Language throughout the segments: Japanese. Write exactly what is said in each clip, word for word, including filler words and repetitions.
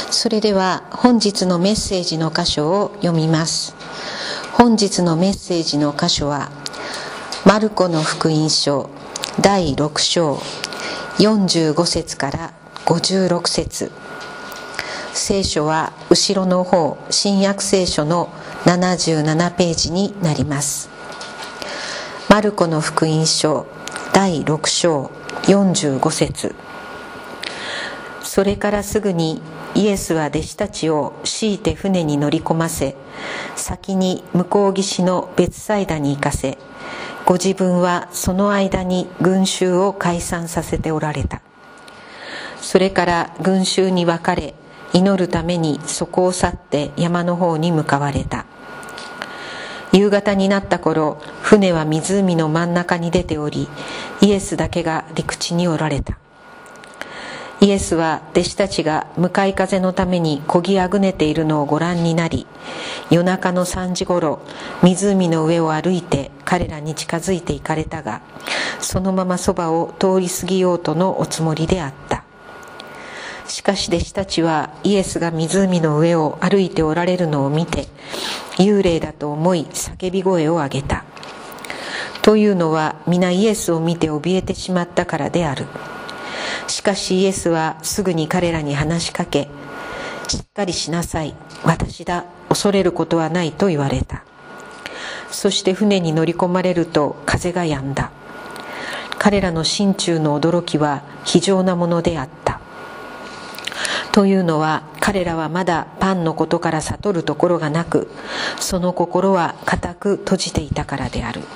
それでは本日のメッセージの箇所を読みます。本日のメッセージの箇所はマルコの福音書だいろく章よんじゅうご節からごじゅうろく節。聖書は後ろの方、新約聖書のななじゅうななページになります。マルコの福音書だいろく章よんじゅうご節。それからすぐにイエスは弟子たちを強いて船に乗り込ませ、先に向こう岸のベツサイダに行かせ、ご自分はその間に群衆を解散させておられた。それから群衆に分かれ、祈るためにそこを去って山の方に向かわれた。夕方になった頃、船は湖の真ん中に出ており、イエスだけが陸地におられた。イエスは弟子たちが向かい風のために漕ぎあぐねているのをご覧になり、夜中のさんじごろ、湖の上を歩いて彼らに近づいて行かれたが、そのままそばを通り過ぎようとのおつもりであった。しかし弟子たちはイエスが湖の上を歩いておられるのを見て、幽霊だと思い叫び声を上げた。というのは皆イエスを見て怯えてしまったからである。しかしイエスはすぐに彼らに話しかけ、しっかりしなさい、私だ、恐れることはないと言われた。そして船に乗り込まれると風が止んだ。彼らの心中の驚きは非常なものであった。というのは彼らはまだパンのことから悟るところがなく、その心は固く閉じていたからである。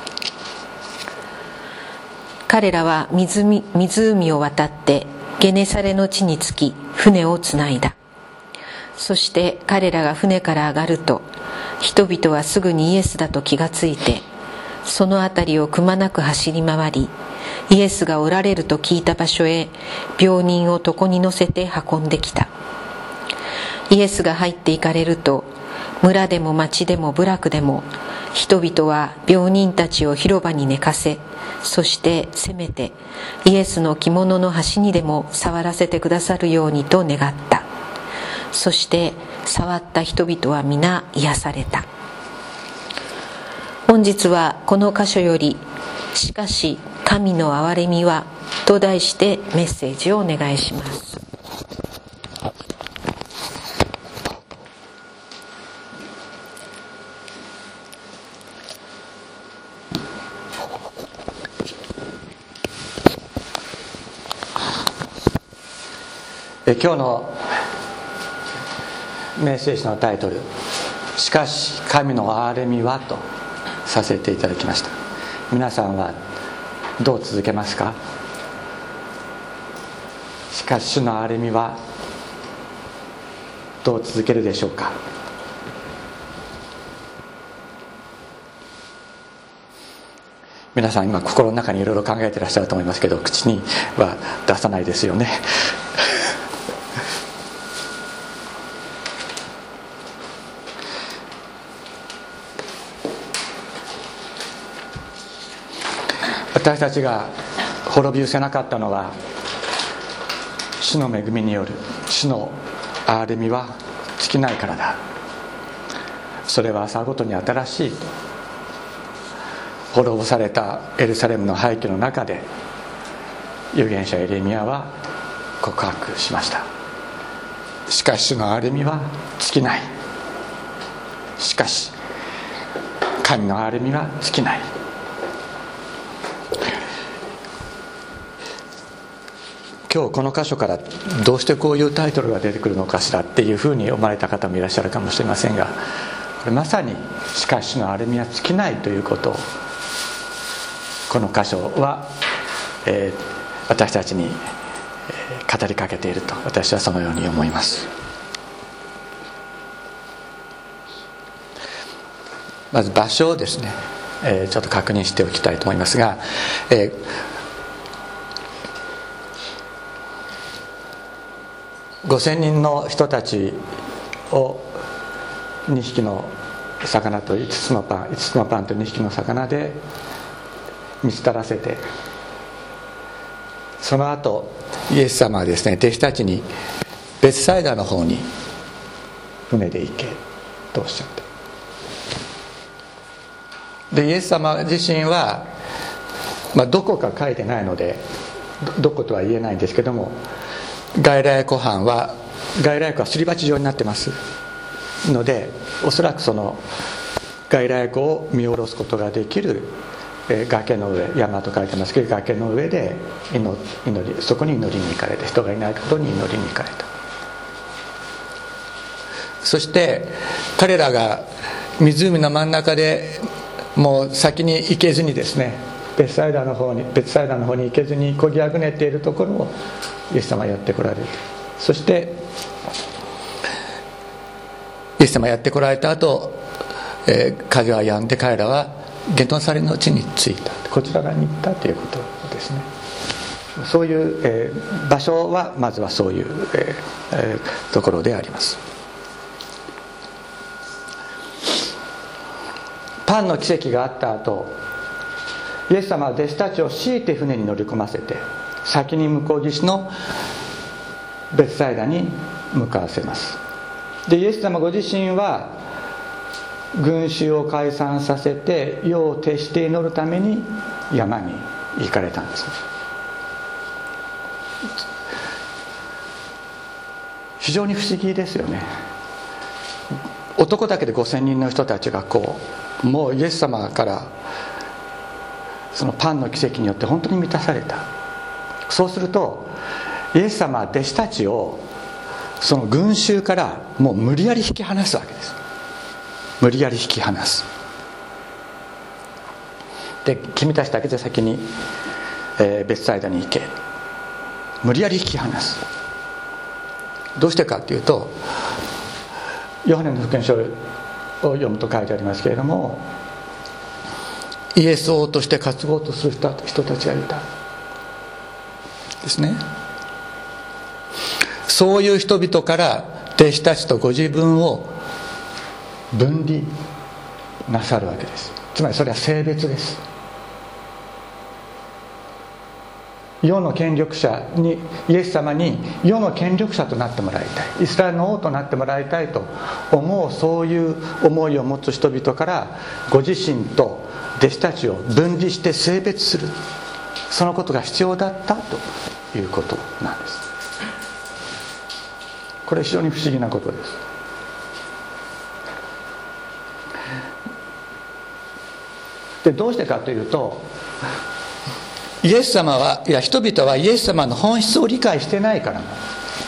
彼らは 湖, 湖を渡ってゲネサレの地に着き、船をつないだ。そして彼らが船から上がると、人々はすぐにイエスだと気がついて、その辺りをくまなく走り回り、イエスがおられると聞いた場所へ病人を床に乗せて運んできた。イエスが入っていかれると、村でも町でも部落でも人々は病人たちを広場に寝かせ、そしてせめてイエスの着物の端にでも触らせてくださるようにと願った。そして触った人々は皆癒された。本日はこの箇所より、しかし神の憐れみはと題してメッセージをお願いします。 今日のメッセージのタイトル、しかし神の憐れみはとさせていただきました。皆さんはどう続けますか？しかし主の憐れみはどう続けるでしょうか？皆さん今心の中にいろいろ考えていらっしゃると思いますけど、口には出さないですよね。私たちが滅び失せなかったのは主の恵みによる、主の憐れみは尽きないからだ。それは朝ごとに新しい。滅ぼされたエルサレムの廃墟の中で預言者エレミヤは告白しました。しかし主の憐れみは尽きない。しかし神の憐れみは尽きない。今日この箇所からどうしてこういうタイトルが出てくるのかしらっていうふうに思われた方もいらっしゃるかもしれませんが、これまさにしかし主の憐れみは尽きないということをこの箇所は、えー、私たちに語りかけていると、私はそのように思います。まず場所をですね、えー、ちょっと確認しておきたいと思いますが、えーごせんにんの人たちをにひきの魚といつつのパンいつつのパンとにひきの魚で満ち足らせて、その後イエス様はですね、弟子たちにベツサイダの方に船で行けとおっしゃった。でイエス様自身は、まあ、どこか書いてないので ど, どことは言えないんですけども、外来湖畔は外来湖はすり鉢状になってますので、おそらくその外来湖を見下ろすことができる崖の上、山と書いてますけど崖の上で 祈, 祈りそこに祈りに行かれて、人がいないことに祈りに行かれた。そして彼らが湖の真ん中でもう先に行けずにですね、ベツサイダの方にベツサイダの方に行けずにこぎあぐねているところをイエス様やってこられて、そしてイエス様やってこられた後、えー、風は止んで彼らはゲノサレの地に着いた、こちら側に行ったということですね。そういう、えー、場所はまずはそういう、えーえー、ところであります。パンの奇跡があった後、イエス様は弟子たちを強いて船に乗り込ませて先に向こう岸のベツサイダに向かわせます。でイエス様ご自身は群衆を解散させて夜を徹して祈るために山に行かれたんです。非常に不思議ですよね。男だけでごせんにんの人たちがこうもうイエス様からそのパンの奇跡によって本当に満たされた。そうするとイエス様は弟子たちをその群衆からもう無理やり引き離すわけです。無理やり引き離す。で君たちだけで先に、えー、ベツサイダに行け、無理やり引き離す。どうしてかというと、ヨハネの福音書を読むと書いてありますけれども、イエスを王として担ごうとする人たちがいたですね。そういう人々から弟子たちとご自分を分離なさるわけです。つまりそれは性別です。世の権力者に、イエス様に世の権力者となってもらいたい、イスラエルの王となってもらいたいと思う、そういう思いを持つ人々からご自身と弟子たちを分離して性別する、そのことが必要だったということなんです。これ非常に不思議なことです。でどうしてかというと、イエス様はいや人々はイエス様の本質を理解してないからなんです。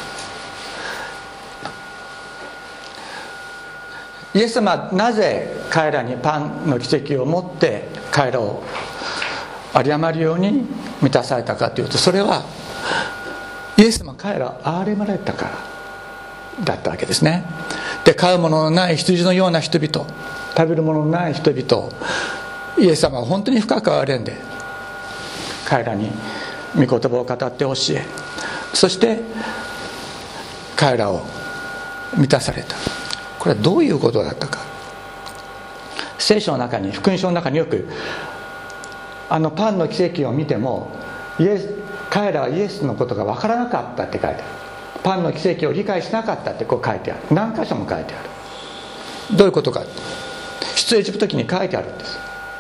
イエス様はなぜ彼らにパンの奇跡を持って彼らを有り余るように満たされたかというと、それはイエス様は彼らを憐れまれたからだったわけですね。で飼うもののない羊のような人々、食べるもののない人々、イエス様は本当に深く憐れんで彼らに御言葉を語って教え、そして彼らを満たされた。これはどういうことだったか。聖書の中に、福音書の中によくあのパンの奇跡を見てもイエス彼らはイエスのことが分からなかったって書いてある。パンの奇跡を理解しなかったってこう書いてある。何箇所も書いてある。どういうことか、出エジプト記に書いてあるんです。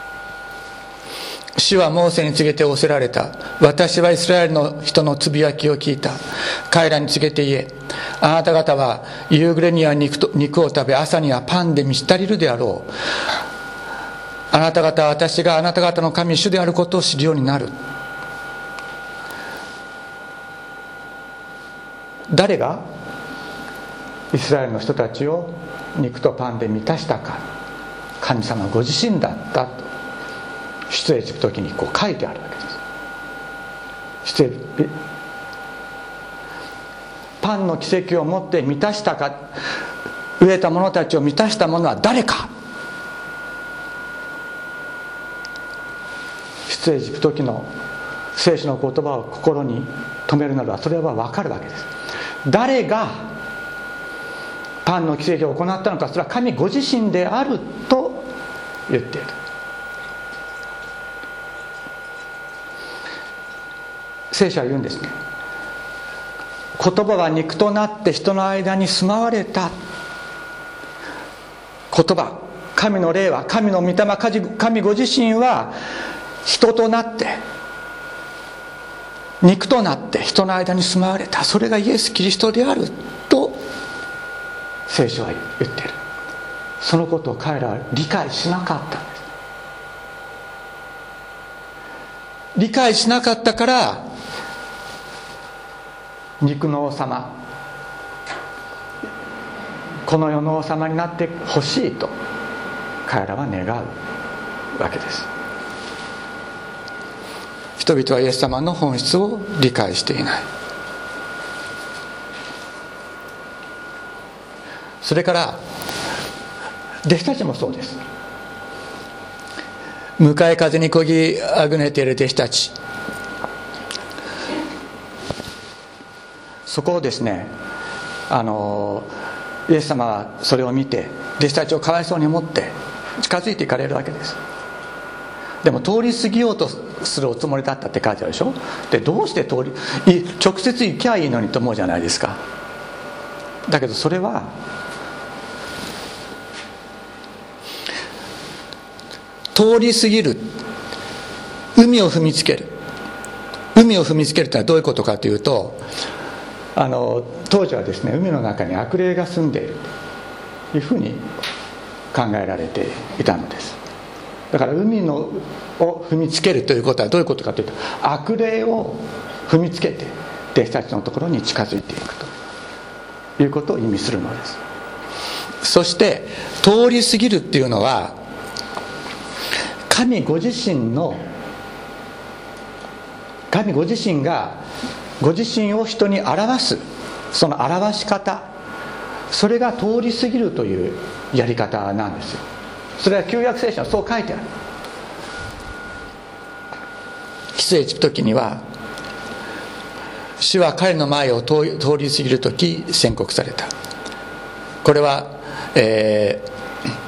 主はモーセに告げて仰せられた。私はイスラエルの人のつぶやきを聞いた。彼らに告げて言え、あなた方は夕暮れには 肉, と肉を食べ、朝にはパンで満ち足りるであろう。あなた方は私があなた方の神主であることを知るようになる。誰がイスラエルの人たちを肉とパンで満たしたか、神様ご自身だったと出エジプト記にこう書いてあるわけです。出エジプトパンの奇跡を持って満たしたか、飢えた者たちを満たした者は誰か。出エジプト記の聖書の言葉を心に留めるならばそれは分かるわけです。誰がパンの奇跡を行ったのか、それは神ご自身であると言っている。聖書は言うんですね。 言葉は肉となって人の間に住まわれた。言葉、神の霊は、神の御霊、神ご自身は人となって肉となって人の間に住まわれた。それがイエス・キリストであると聖書は言っている。そのことを彼らは理解しなかったんです。理解しなかったから肉の王様、この世の王様になってほしいと彼らは願うわけです。人々はイエス様の本質を理解していない。それから弟子たちもそうです。向かい風にこぎあぐねている弟子たち、そこをですね、あのイエス様はそれを見て弟子たちをかわいそうに思って近づいていかれるわけです。でも通り過ぎようとするおつもりだったって書いてあるでしょ。でどうして通り直接行きゃいいのにと思うじゃないですか。だけどそれは通り過ぎる、海を踏みつける、海を踏みつけるというのはどういうことかというと、あの当時はですね、海の中に悪霊が住んでいるというふうに考えられていたのです。だから海のを踏みつけるということはどういうことかというと、悪霊を踏みつけて弟子たちのところに近づいていくということを意味するのです。そして通り過ぎるっていうのは、神ご自身の神ご自身がご自身を人に表す、その表し方、それが通り過ぎるというやり方なんですよ。それは旧約聖書にそう書いてある。出エジプト記には、主は彼の前を通り過ぎるとき宣告された。これは、えー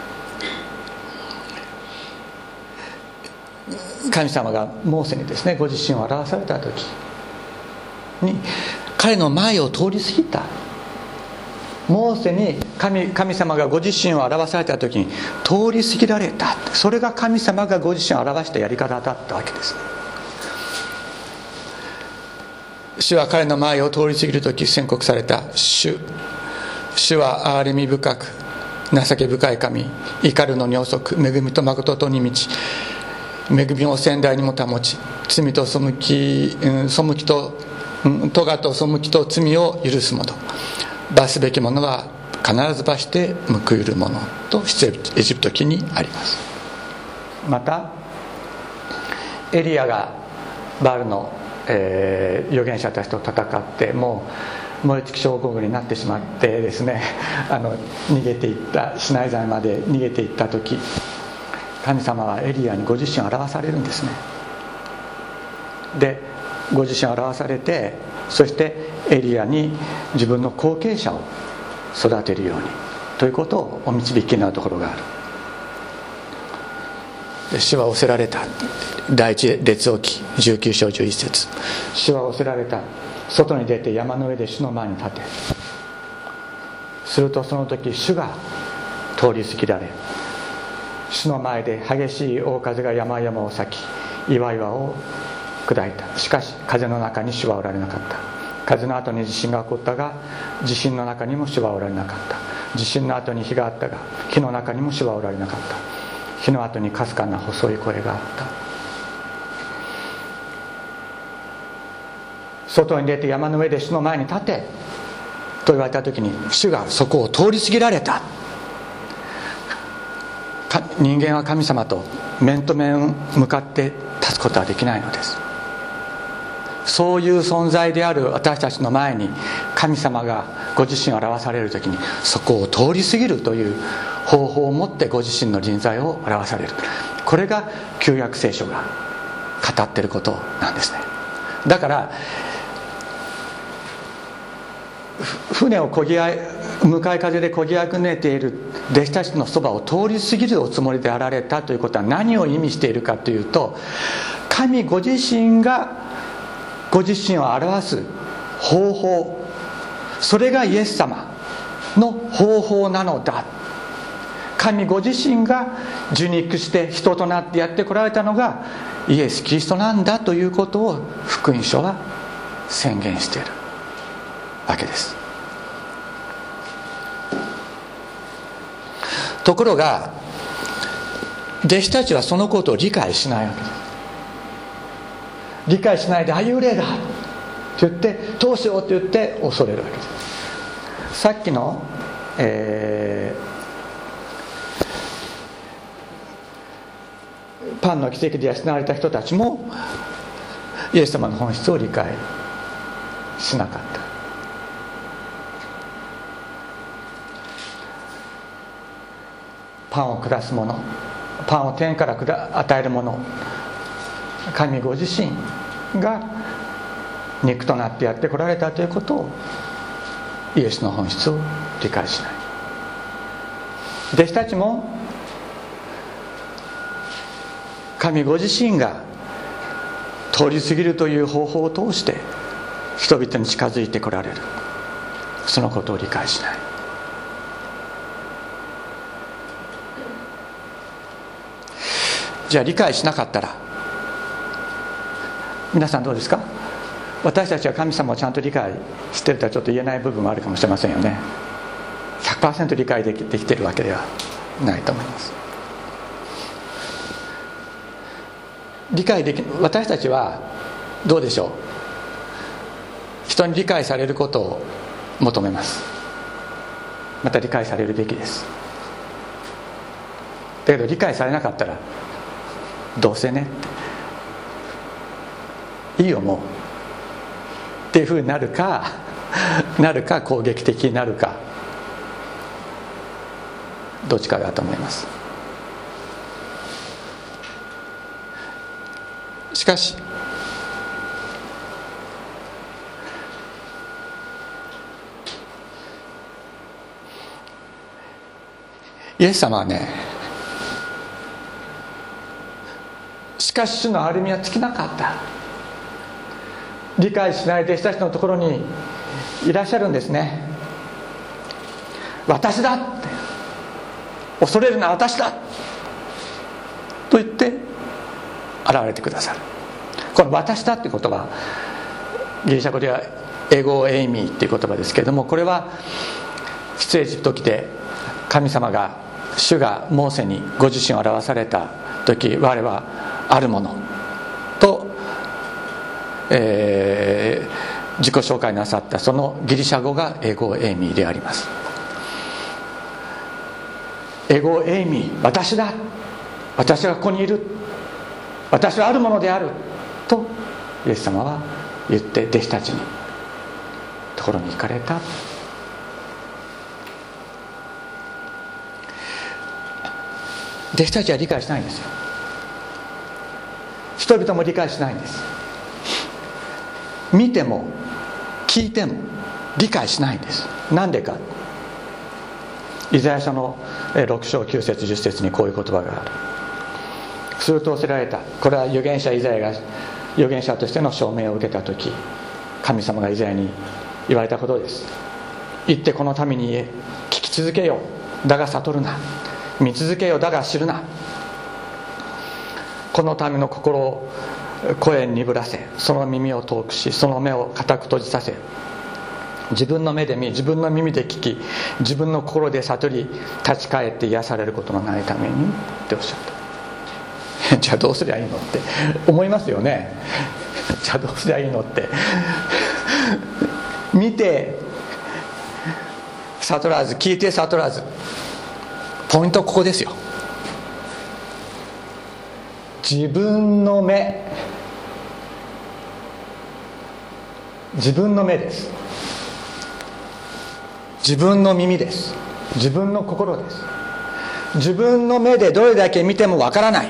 神様がモーセにですね、ご自身を表された時に彼の前を通り過ぎた。モーセに 神, 神様がご自身を表された時に通り過ぎられた。それが神様がご自身を表したやり方だったわけです。主は彼の前を通り過ぎる時宣告された。主主は憐れみ深く情け深い神、怒るのに遅く恵みと誠とに満ち、恵みを先代にも保ち、罪と背き、背きと咎と背きと罪を許す者、罰すべき者は必ず罰して報いる者と出エジプト記にあります。またエリアがバールの、えー、預言者たちと戦ってもう燃え尽き症候群になってしまってですね、あの逃げていったシナイ山まで逃げていった時、神様はエリアにご自身を表されるんですね。でご自身を表されて、そしてエリアに自分の後継者を育てるようにということをお導きになるところがある。で主は仰せられた。第一列王記じゅうきゅう章じゅういち節、主は仰せられた。外に出て山の上で主の前に立て。するとその時主が通り過ぎられ、主の前で激しい大風が山々を裂き岩々を砕いた。しかし風の中に主はおられなかった。風の後に地震が起こったが地震の中にも主はおられなかった。地震の後に火があったが火の中にも主はおられなかった。火の後にかすかな細い声があった。外に出て山の上で主の前に立てと言われた時に、主がそこを通り過ぎられた。人間は神様と面と面向かって立つことはできないのです。そういう存在である私たちの前に神様がご自身を表されるときに、そこを通り過ぎるという方法を持ってご自身の人材を表される。これが旧約聖書が語っていることなんですね。だから船をこぎあ向かい風でこぎあぐねている弟子たちのそばを通り過ぎるおつもりであられたということは何を意味しているかというと、神ご自身がご自身を表す方法、 それがイエス様の方法なのだ。神ご自身が受肉して人となってやってこられたのがイエス・キリストなんだということを福音書は宣言しているわけです。ところが弟子たちはそのことを理解しないわけです。理解しないで、ああいう霊だって言ってどうしようって言って恐れるわけです。さっきの、えー、パンの奇跡で養われた人たちもイエス様の本質を理解しなかった。パンを下すもの、パンを天から与えるもの、神ご自身が肉となってやってこられたということを、イエスの本質を理解しない。弟子たちも神ご自身が通り過ぎるという方法を通して人々に近づいてこられる、そのことを理解しない。じゃあ理解しなかったら、皆さんどうですか？私たちは神様をちゃんと理解しているとはちょっと言えない部分もあるかもしれませんよね。 ひゃくパーセント 理解でき、できているわけではないと思います。理解でき、私たちはどうでしょう、人に理解されることを求めます。また理解されるべきです。だけど理解されなかったら、どうせねっていいよもうっていうふうになるかなるか攻撃的になるか、どっちかだと思います。しかしイエス様はね、しかし主の歩みは尽きなかった。理解しない弟子たちのところにいらっしゃるんですね。私だって、恐れるな私だと言って現れてくださる。この私だって言葉、ギリシャ語ではエゴエイミーっていう言葉ですけれども、これは出エジプト記で神様が、主がモーセにご自身を表された時、我はあるものと、えー、自己紹介なさったそのギリシャ語がエゴエイミーであります。エゴエイミー、私だ、私がここにいる、私はあるものであるとイエス様は言って弟子たちのところに行かれた。弟子たちは理解しないんですよ。人々も理解しないんです。見ても聞いても理解しないんです。なんでか、イザヤ書のろく章きゅう節じゅっ節にこういう言葉がある。すると仰せられた。これは預言者イザヤが預言者としての証明を受けた時、神様がイザヤに言われたことです。言ってこの民に言え、聞き続けよだが悟るな、見続けよだが知るな。この民の心を声に鈍らせ、その耳を遠くし、その目を固く閉じさせ、自分の目で見、自分の耳で聞き、自分の心で悟り、立ち返って癒されることのないためにっておっしゃった。じゃあどうすりゃいいのって思いますよね。じゃあどうすりゃいいのって見て悟らず、聞いて悟らず、ポイントここですよ。自分の目、自分の目です。自分の耳です。自分の心です。自分の目でどれだけ見てもわからない。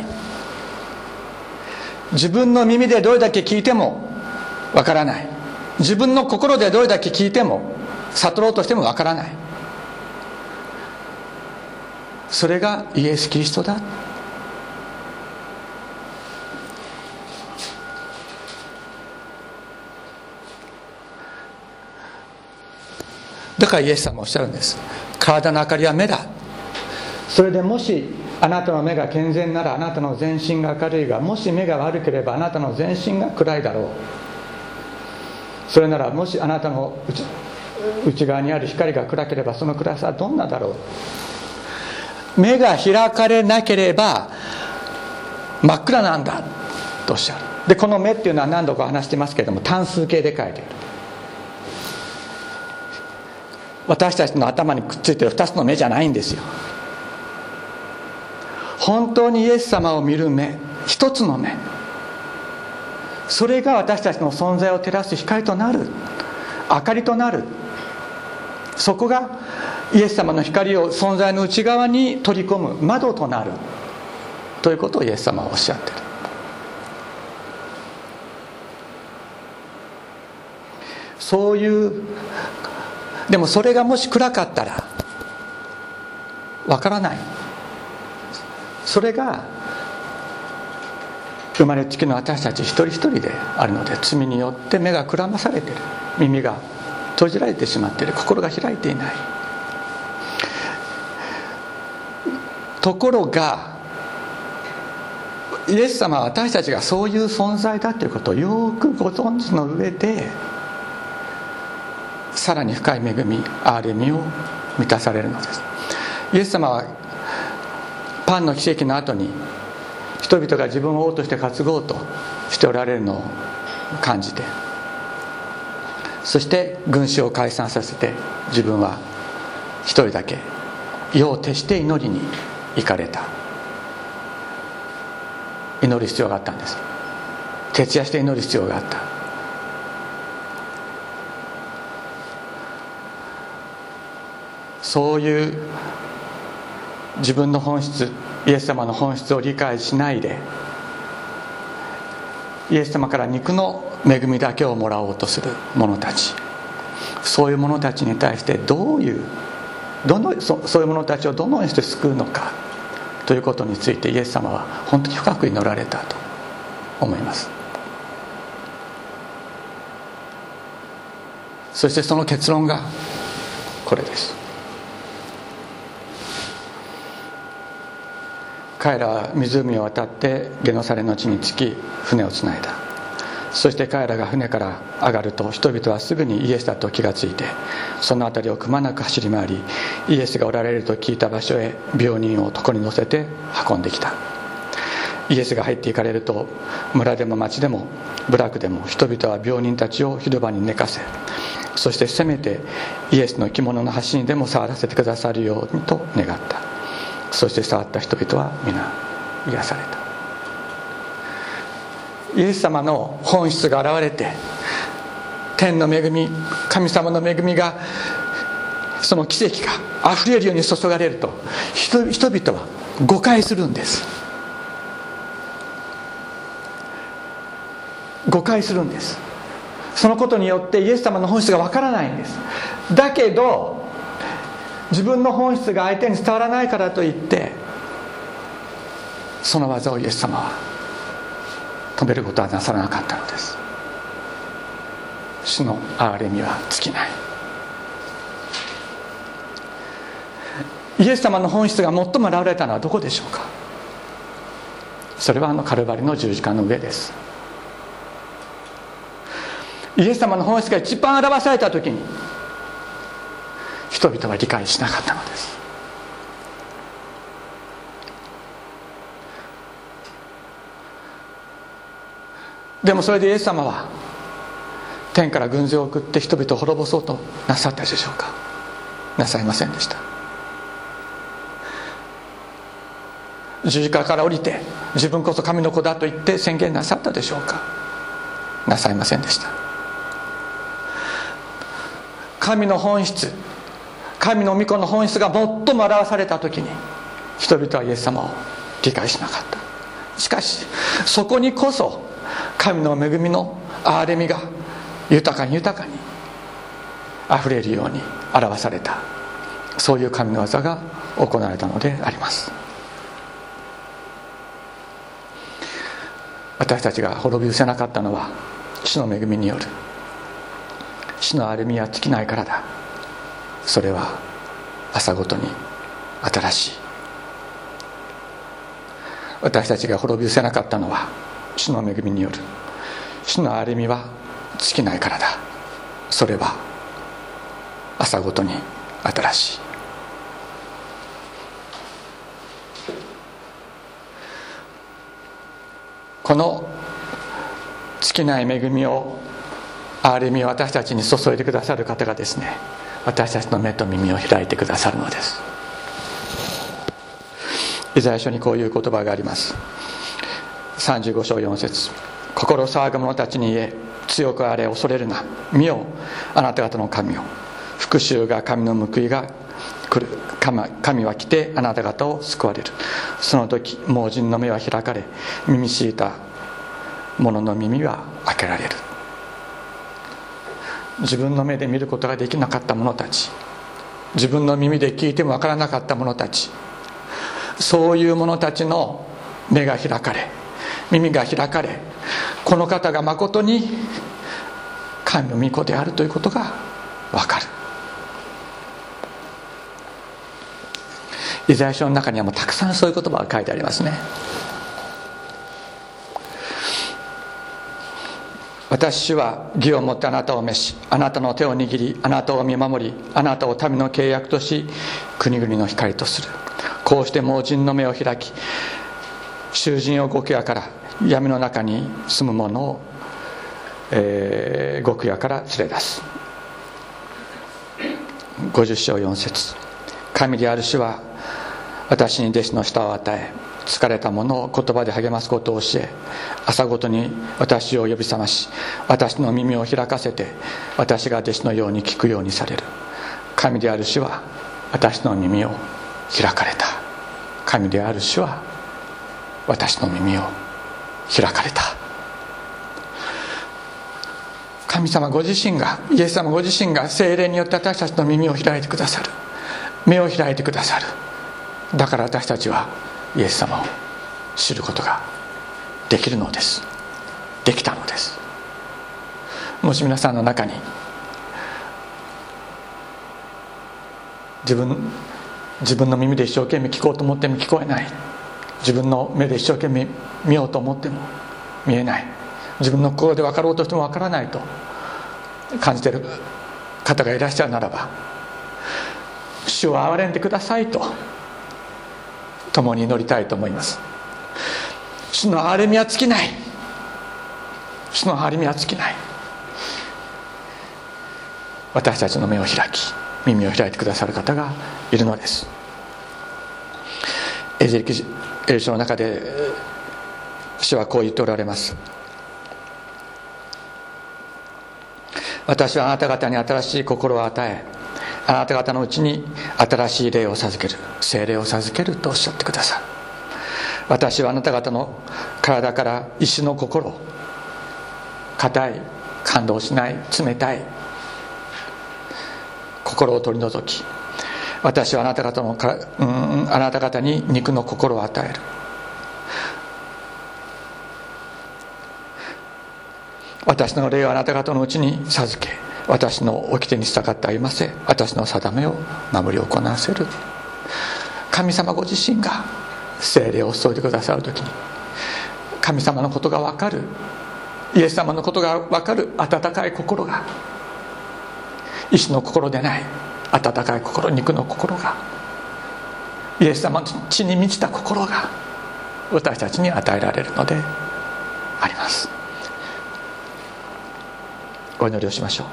自分の耳でどれだけ聞いてもわからない。自分の心でどれだけ聞いても悟ろうとしてもわからない。それがイエス・キリストだ。 だからイエス様おっしゃるんです。体の明かりは目だ。それでもしあなたの目が健全ならあなたの全身が明るいが、もし目が悪ければあなたの全身が暗いだろう。それならもしあなたの 内, 内側にある光が暗ければその暗さはどんなだろう。目が開かれなければ真っ暗なんだとおっしゃる。でこの目っていうのは何度か話してますけれども、単数形で書いてある。私たちの頭にくっついてるふたつの目じゃないんですよ。本当にイエス様を見る目、一つの目、それが私たちの存在を照らす光となる、明かりとなる。そこがイエス様の光を存在の内側に取り込む窓となるということをイエス様はおっしゃっている。そういう、でもそれがもし暗かったらわからない。それが生まれつきの私たち一人一人であるので、罪によって目がくらまされている、耳が閉じられてしまっている、心が開いていない。ところがイエス様は私たちがそういう存在だということをよくご存知の上で、さらに深い恵み、憐れみを満たされるのです。イエス様はパンの奇跡の後に人々が自分を王として担ごうとしておられるのを感じて、そして群衆を解散させて自分は一人だけ夜を徹して祈りに行かれた。祈る必要があったんです。徹夜して祈る必要があった。そういう自分の本質、イエス様の本質を理解しないで、イエス様から肉の恵みだけをもらおうとする者たち、そういう者たちに対してどういうどの そ, そういう者たちをどのようにして救うのかということについてイエス様は本当に深く祈られたと思います。そしてその結論がこれです。彼らは湖を渡ってゲノサレの地に着き、船をつないだ。そして彼らが船から上がると、人々はすぐにイエスだと気がついて、その辺りをくまなく走り回り、イエスがおられると聞いた場所へ病人を床に乗せて運んできた。イエスが入っていかれると、村でも町でも部落でも人々は病人たちを広場に寝かせ、そしてせめてイエスの着物の端にでも触らせてくださるようにと願った。そして触った人々は皆癒された。イエス様の本質が現れて、天の恵み、神様の恵みが、その奇跡があふれるように注がれると、人, 人々は誤解するんです。誤解するんです。そのことによってイエス様の本質がわからないんです。だけど自分の本質が相手に伝わらないからといって、その技をイエス様は止めることはなさらなかったのです。主の憐れみは尽きない。イエス様の本質が最も現れたのはどこでしょうか。それはあのカルバリの十字架の上です。イエス様の本質が一番表された時に、人々は理解しなかったのです。でもそれでイエス様は天から軍勢を送って人々を滅ぼそうとなさったでしょうか。なさいませんでした。十字架から降りて自分こそ神の子だと言って宣言なさったでしょうか。なさいませんでした。神の本質、神の御子の本質が最も表された時に、人々はイエス様を理解しなかった。しかしそこにこそ神の恵みの憐れみが豊かに豊かにあふれるように表された、そういう神の技が行われたのであります。私たちが滅び失せなかったのは主の恵みによる。主の憐れみは尽きないからだ。 それは朝ごとに新しい。私たちが滅び失せなかったのは主の恵みによる。主の憐れみは尽きないからだ。それは朝ごとに新しい。この尽きない恵みを、憐れみを私たちに注いでくださる方がですね、私たちの目と耳を開いてくださるのです。イザヤ書にこういう言葉があります。さんじゅうご章よん節、心騒ぐ者たちに言え、強くあれ、恐れるな。見よ、あなた方の神よ。復讐が、神の報いが来る。神は来てあなた方を救われる。その時、盲人の目は開かれ、耳しいた者の耳は開けられる。自分の目で見ることができなかった者たち、自分の耳で聞いてもわからなかった者たち、そういう者たちの目が開かれ、耳が開かれ、この方がまことに神の御子であるということがわかる。イザヤ書の中にはもうたくさんそういう言葉が書いてありますね。私は義をもってあなたを召し、あなたの手を握り、あなたを見守り、あなたを民の契約とし、国々の光とする。こうして盲人の目を開き、囚人を極夜から闇の中に住む者を、えー、極夜から連れ出す。ごじゅっ章よん節、神である主は私に弟子の舌を与え、疲れた者を言葉で励ますことを教え、朝ごとに私を呼び覚まし、私の耳を開かせて、私が弟子のように聞くようにされる。神である主は私の耳を開かれた。神である主は私の耳を開かれた。神様ご自身が、イエス様ご自身が聖霊によって私たちの耳を開いてくださる、目を開いてくださる。だから私たちはイエス様を知ることができるのです。できたのです。もし皆さんの中に自分自分の耳で一生懸命聞こうと思っても聞こえない、自分の目で一生懸命見ようと思っても見えない、自分の心で分かろうとしても分からないと感じている方がいらっしゃるならば、主を憐れんでくださいと共に祈りたいと思います。主の憐れみは尽きない。主の憐れみは尽きない。私たちの目を開き、耳を開いてくださる方がいるのです。エゼキエル書の中で主はこう言っておられます。私はあなた方に新しい心を与え、あなた方のうちに新しい霊を授ける、聖霊を授けるとおっしゃってくださる。私はあなた方の体から石の心、硬い、感動しない、冷たい心を取り除き、私はあなた方のか、うん、あなた方に肉の心を与える。私の霊をあなた方のうちに授け、私の掟に従って歩ませ、私の定めを守り行わせる。神様ご自身が聖霊を注いでくださるときに、神様のことが分かる、イエス様のことが分かる温かい心が、石の心でない温かい心、肉の心が、イエス様の血に満ちた心が私たちに与えられるのであります。お祈りをしましょう。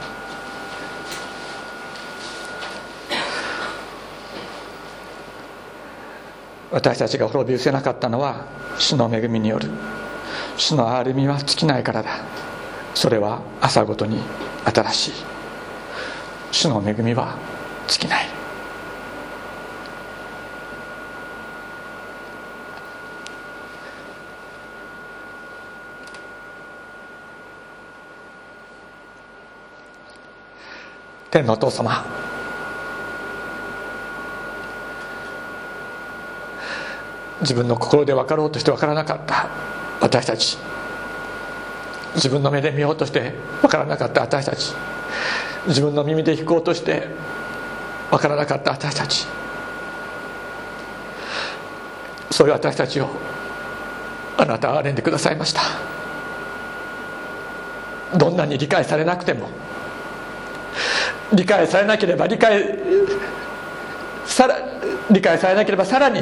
私たちが滅び失せなかったのは主の恵みによる。主の憐れみは尽きないからだ。それは朝ごとに新しい。主の恵みは尽きない。天のお父様、自分の心で分かろうとして分からなかった私たち、自分の目で見ようとして分からなかった私たち、自分の耳で聞こうとして分からなかった私たち、そういう私たちをあなたは憐れんでくださいました。どんなに理解されなくても、理解されなければ理解さら理解されなければさらに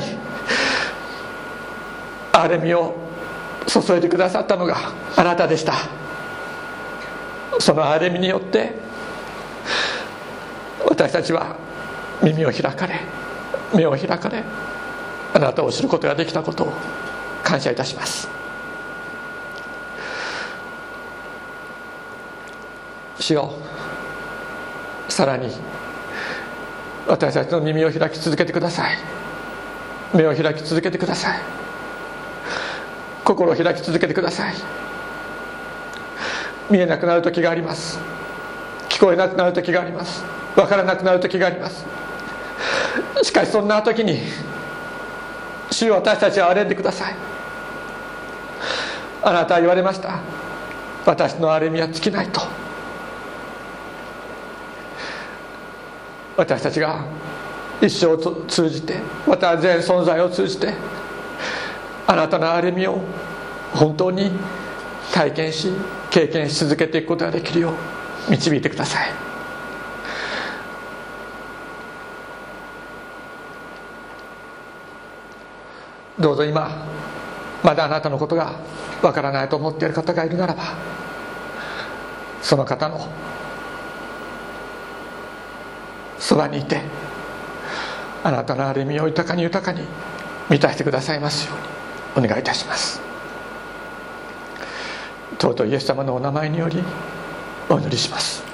憐れみを注いでくださったのがあなたでした。その憐れみによって私たちは耳を開かれ、目を開かれ、あなたを知ることができたことを感謝いたします。主よ、さらに私たちの耳を開き続けてください。目を開き続けてください。心を開き続けてください。見えなくなる時があります。聞こえなくなる時があります。分からなくなる時があります。しかしそんな時に主よ、私たちは憐れんでください。あなたは言われました。私の憐れみは尽きないと。私たちが一生を通じて、また全存在を通じてあなたの憐れみを本当に体験し経験し続けていくことができるよう導いてください。どうぞ今まだあなたのことがわからないと思っている方がいるならば、その方のそばにいてあなたの憐れみを豊かに豊かに満たしてくださいますようにお願いいたします。尊いイエス様のお名前によりお祈りします。